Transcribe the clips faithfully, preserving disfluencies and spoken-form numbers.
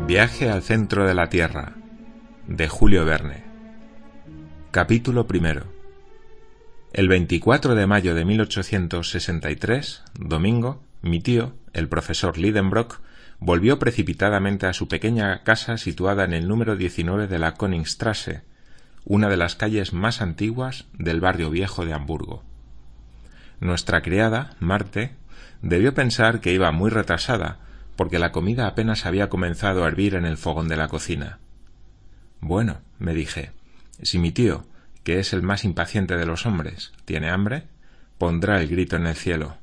Viaje al centro de la Tierra, de Julio Verne. Capítulo primero. El veinticuatro de mayo de mil ochocientos sesenta y tres, domingo, mi tío, el profesor Lidenbrock, volvió precipitadamente a su pequeña casa situada en el número diecinueve de la Königstrasse, una de las calles más antiguas del barrio viejo de Hamburgo. Nuestra criada, Marte, debió pensar que iba muy retrasada, porque la comida apenas había comenzado a hervir en el fogón de la cocina. Bueno, me dije, si mi tío, que es el más impaciente de los hombres, tiene hambre, pondrá el grito en el cielo.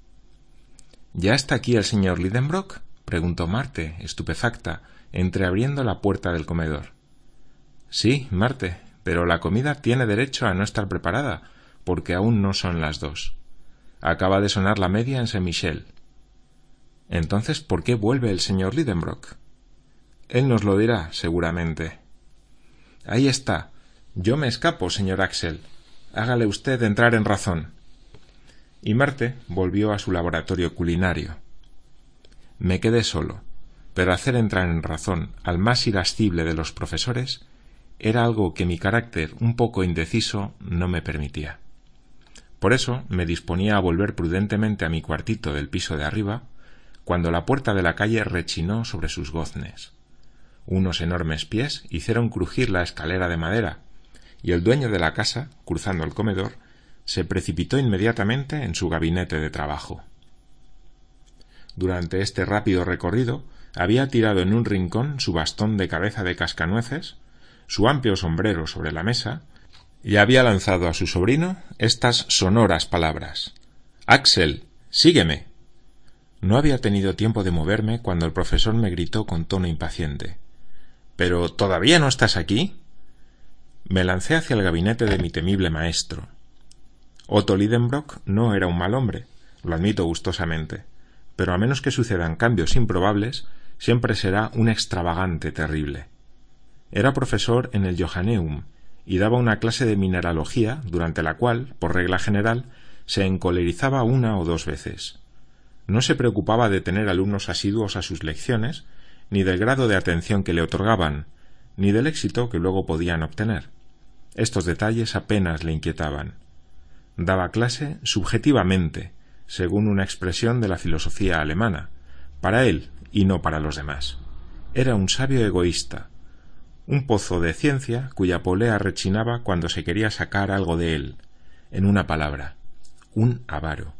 ¿Ya está aquí el señor Lidenbrock?, preguntó Marte, estupefacta, entreabriendo la puerta del comedor. Sí, Marte, pero la comida tiene derecho a no estar preparada, porque aún no son las dos. Acaba de sonar la media en Saint-Michel. Entonces, ¿por qué vuelve el señor Lidenbrock? Él nos lo dirá, seguramente. Ahí está. Yo me escapo, señor Axel. Hágale usted entrar en razón. Y Marte volvió a su laboratorio culinario. Me quedé solo, pero hacer entrar en razón al más irascible de los profesores era algo que mi carácter un poco indeciso no me permitía. Por eso me disponía a volver prudentemente a mi cuartito del piso de arriba, cuando la puerta de la calle rechinó sobre sus goznes. Unos enormes pies hicieron crujir la escalera de madera, y el dueño de la casa, cruzando el comedor, se precipitó inmediatamente en su gabinete de trabajo. Durante este rápido recorrido había tirado en un rincón su bastón de cabeza de cascanueces, su amplio sombrero sobre la mesa, y había lanzado a su sobrino estas sonoras palabras: «Axel, sígueme». No había tenido tiempo de moverme cuando el profesor me gritó con tono impaciente: «¿Pero todavía no estás aquí?» Me lancé hacia el gabinete de mi temible maestro. Otto Lidenbrock no era un mal hombre, lo admito gustosamente, pero a menos que sucedan cambios improbables, siempre será un extravagante terrible. Era profesor en el Johanneum y daba una clase de mineralogía durante la cual, por regla general, se encolerizaba una o dos veces. No se preocupaba de tener alumnos asiduos a sus lecciones, ni del grado de atención que le otorgaban, ni del éxito que luego podían obtener. Estos detalles apenas le inquietaban. Daba clase subjetivamente, según una expresión de la filosofía alemana, para él y no para los demás. Era un sabio egoísta, un pozo de ciencia cuya polea rechinaba cuando se quería sacar algo de él. En una palabra, un avaro.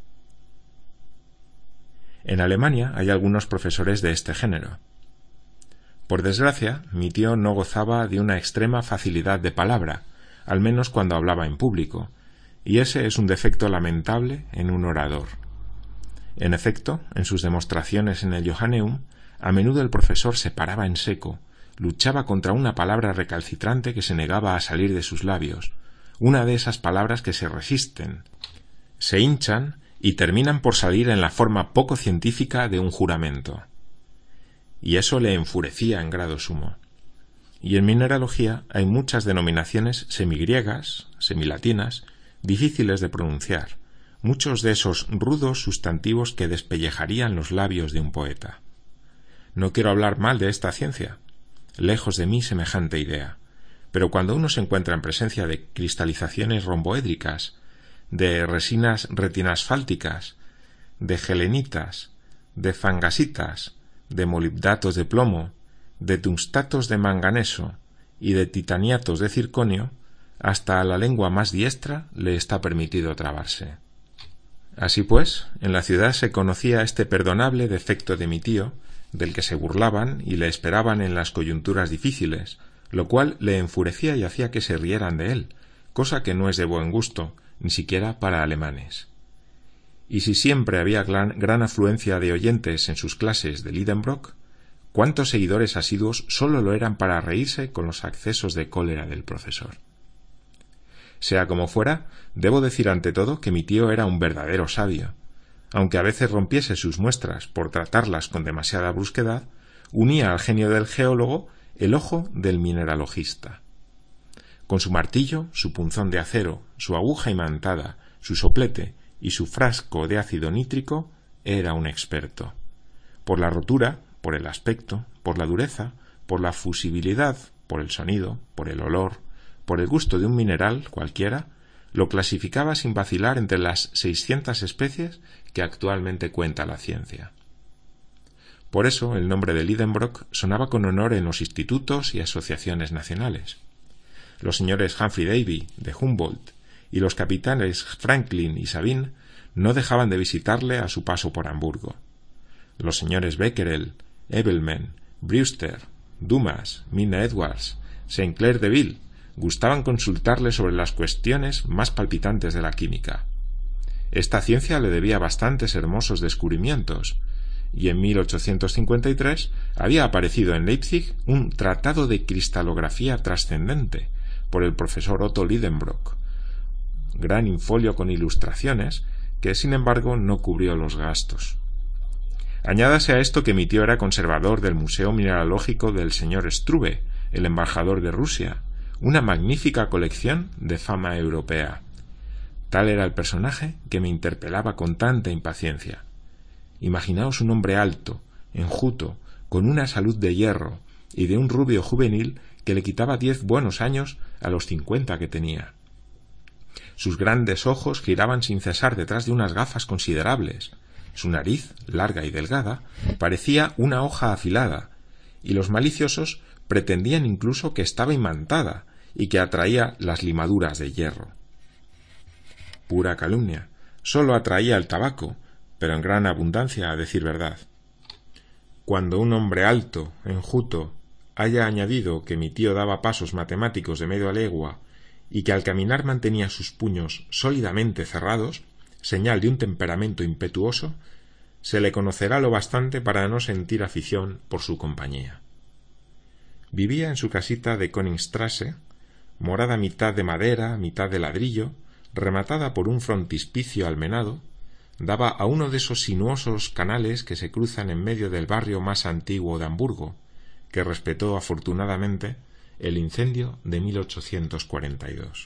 En Alemania hay algunos profesores de este género. Por desgracia, mi tío no gozaba de una extrema facilidad de palabra, al menos cuando hablaba en público, y ese es un defecto lamentable en un orador. En efecto, en sus demostraciones en el Johanneum, a menudo el profesor se paraba en seco, luchaba contra una palabra recalcitrante que se negaba a salir de sus labios, una de esas palabras que se resisten, se hinchan y terminan por salir en la forma poco científica de un juramento. Y eso le enfurecía en grado sumo. Y en mineralogía hay muchas denominaciones semigriegas, semilatinas, difíciles de pronunciar, muchos de esos rudos sustantivos que despellejarían los labios de un poeta. No quiero hablar mal de esta ciencia, lejos de mí semejante idea, pero cuando uno se encuentra en presencia de cristalizaciones romboédricas, de resinas retinasfálticas, de gelenitas, de fangasitas, de molibdatos de plomo, de tungstatos de manganeso y de titaniatos de circonio, hasta a la lengua más diestra le está permitido trabarse. Así pues, en la ciudad se conocía este perdonable defecto de mi tío, del que se burlaban y le esperaban en las coyunturas difíciles, lo cual le enfurecía y hacía que se rieran de él, cosa que no es de buen gusto, ni siquiera para alemanes. Y si siempre había gran, gran afluencia de oyentes en sus clases de Lidenbrock, ¿cuántos seguidores asiduos sólo lo eran para reírse con los accesos de cólera del profesor? Sea como fuera, debo decir ante todo que mi tío era un verdadero sabio. Aunque a veces rompiese sus muestras por tratarlas con demasiada brusquedad, unía al genio del geólogo el ojo del mineralogista. Con su martillo, su punzón de acero, su aguja imantada, su soplete y su frasco de ácido nítrico, era un experto. Por la rotura, por el aspecto, por la dureza, por la fusibilidad, por el sonido, por el olor, por el gusto de un mineral cualquiera, lo clasificaba sin vacilar entre las seiscientas especies que actualmente cuenta la ciencia. Por eso el nombre de Lidenbrock sonaba con honor en los institutos y asociaciones nacionales. Los señores Humphrey Davy, de Humboldt, y los capitanes Franklin y Sabine no dejaban de visitarle a su paso por Hamburgo. Los señores Becquerel, Ebelman, Brewster, Dumas, Milne Edwards, Saint Clair Deville gustaban consultarle sobre las cuestiones más palpitantes de la química. Esta ciencia le debía bastantes hermosos descubrimientos, y en mil ochocientos cincuenta y tres había aparecido en Leipzig un tratado de cristalografía trascendente por el profesor Otto Lidenbrock, gran infolio con ilustraciones que sin embargo no cubrió los gastos. Añádase a esto que mi tío era conservador del Museo Mineralógico del señor Struve, el embajador de Rusia, una magnífica colección de fama europea. Tal era el personaje que me interpelaba con tanta impaciencia. Imaginaos un hombre alto, enjuto, con una salud de hierro y de un rubio juvenil que le quitaba diez buenos años a los cincuenta que tenía. Sus grandes ojos giraban sin cesar detrás de unas gafas considerables. Su nariz, larga y delgada, parecía una hoja afilada, y los maliciosos pretendían incluso que estaba imantada y que atraía las limaduras de hierro. Pura calumnia. Sólo atraía el tabaco, pero en gran abundancia, a decir verdad. Cuando un hombre alto, enjuto, haya añadido que mi tío daba pasos matemáticos de media legua y que al caminar mantenía sus puños sólidamente cerrados, señal de un temperamento impetuoso, se le conocerá lo bastante para no sentir afición por su compañía. Vivía en su casita de Königstrasse, morada mitad de madera, mitad de ladrillo, rematada por un frontispicio almenado, daba a uno de esos sinuosos canales que se cruzan en medio del barrio más antiguo de Hamburgo, que respetó afortunadamente el incendio de mil ochocientos cuarenta y dos.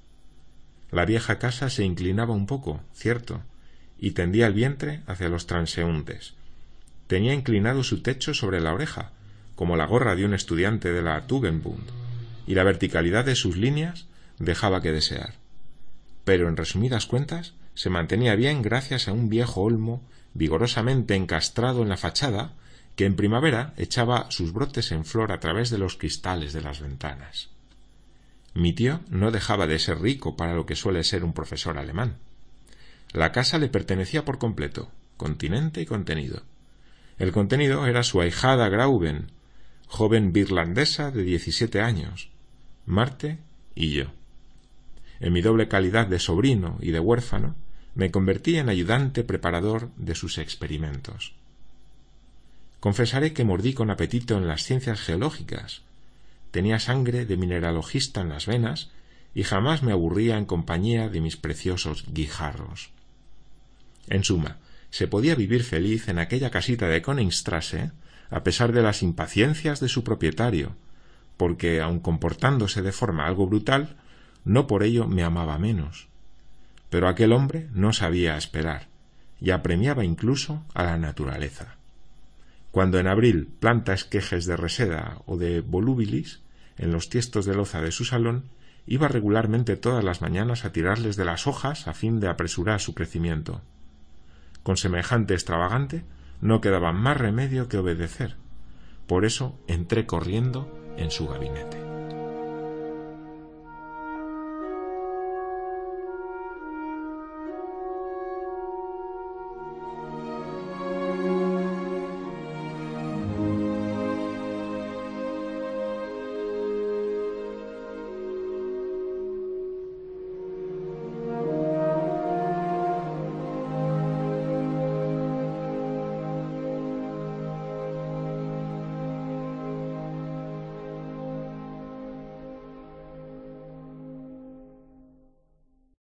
La vieja casa se inclinaba un poco, cierto, y tendía el vientre hacia los transeúntes. Tenía inclinado su techo sobre la oreja, como la gorra de un estudiante de la Tugendbund, y la verticalidad de sus líneas dejaba que desear. Pero en resumidas cuentas se mantenía bien gracias a un viejo olmo vigorosamente encastrado en la fachada que en primavera echaba sus brotes en flor a través de los cristales de las ventanas. Mi tío no dejaba de ser rico para lo que suele ser un profesor alemán. La casa le pertenecía por completo, continente y contenido. El contenido era su ahijada Grauben, joven birlandesa de diecisiete años, Marte y yo. En mi doble calidad de sobrino y de huérfano, me convertí en ayudante preparador de sus experimentos. Confesaré que mordí con apetito en las ciencias geológicas. Tenía sangre de mineralogista en las venas y jamás me aburría en compañía de mis preciosos guijarros. En suma, se podía vivir feliz en aquella casita de Königstrasse a pesar de las impaciencias de su propietario, porque, aun comportándose de forma algo brutal, no por ello me amaba menos. Pero aquel hombre no sabía esperar, y apremiaba incluso a la naturaleza. Cuando en abril planta esquejes de reseda o de volubilis en los tiestos de loza de su salón, iba regularmente todas las mañanas a tirarles de las hojas a fin de apresurar su crecimiento. Con semejante extravagante no quedaba más remedio que obedecer. Por eso entré corriendo en su gabinete.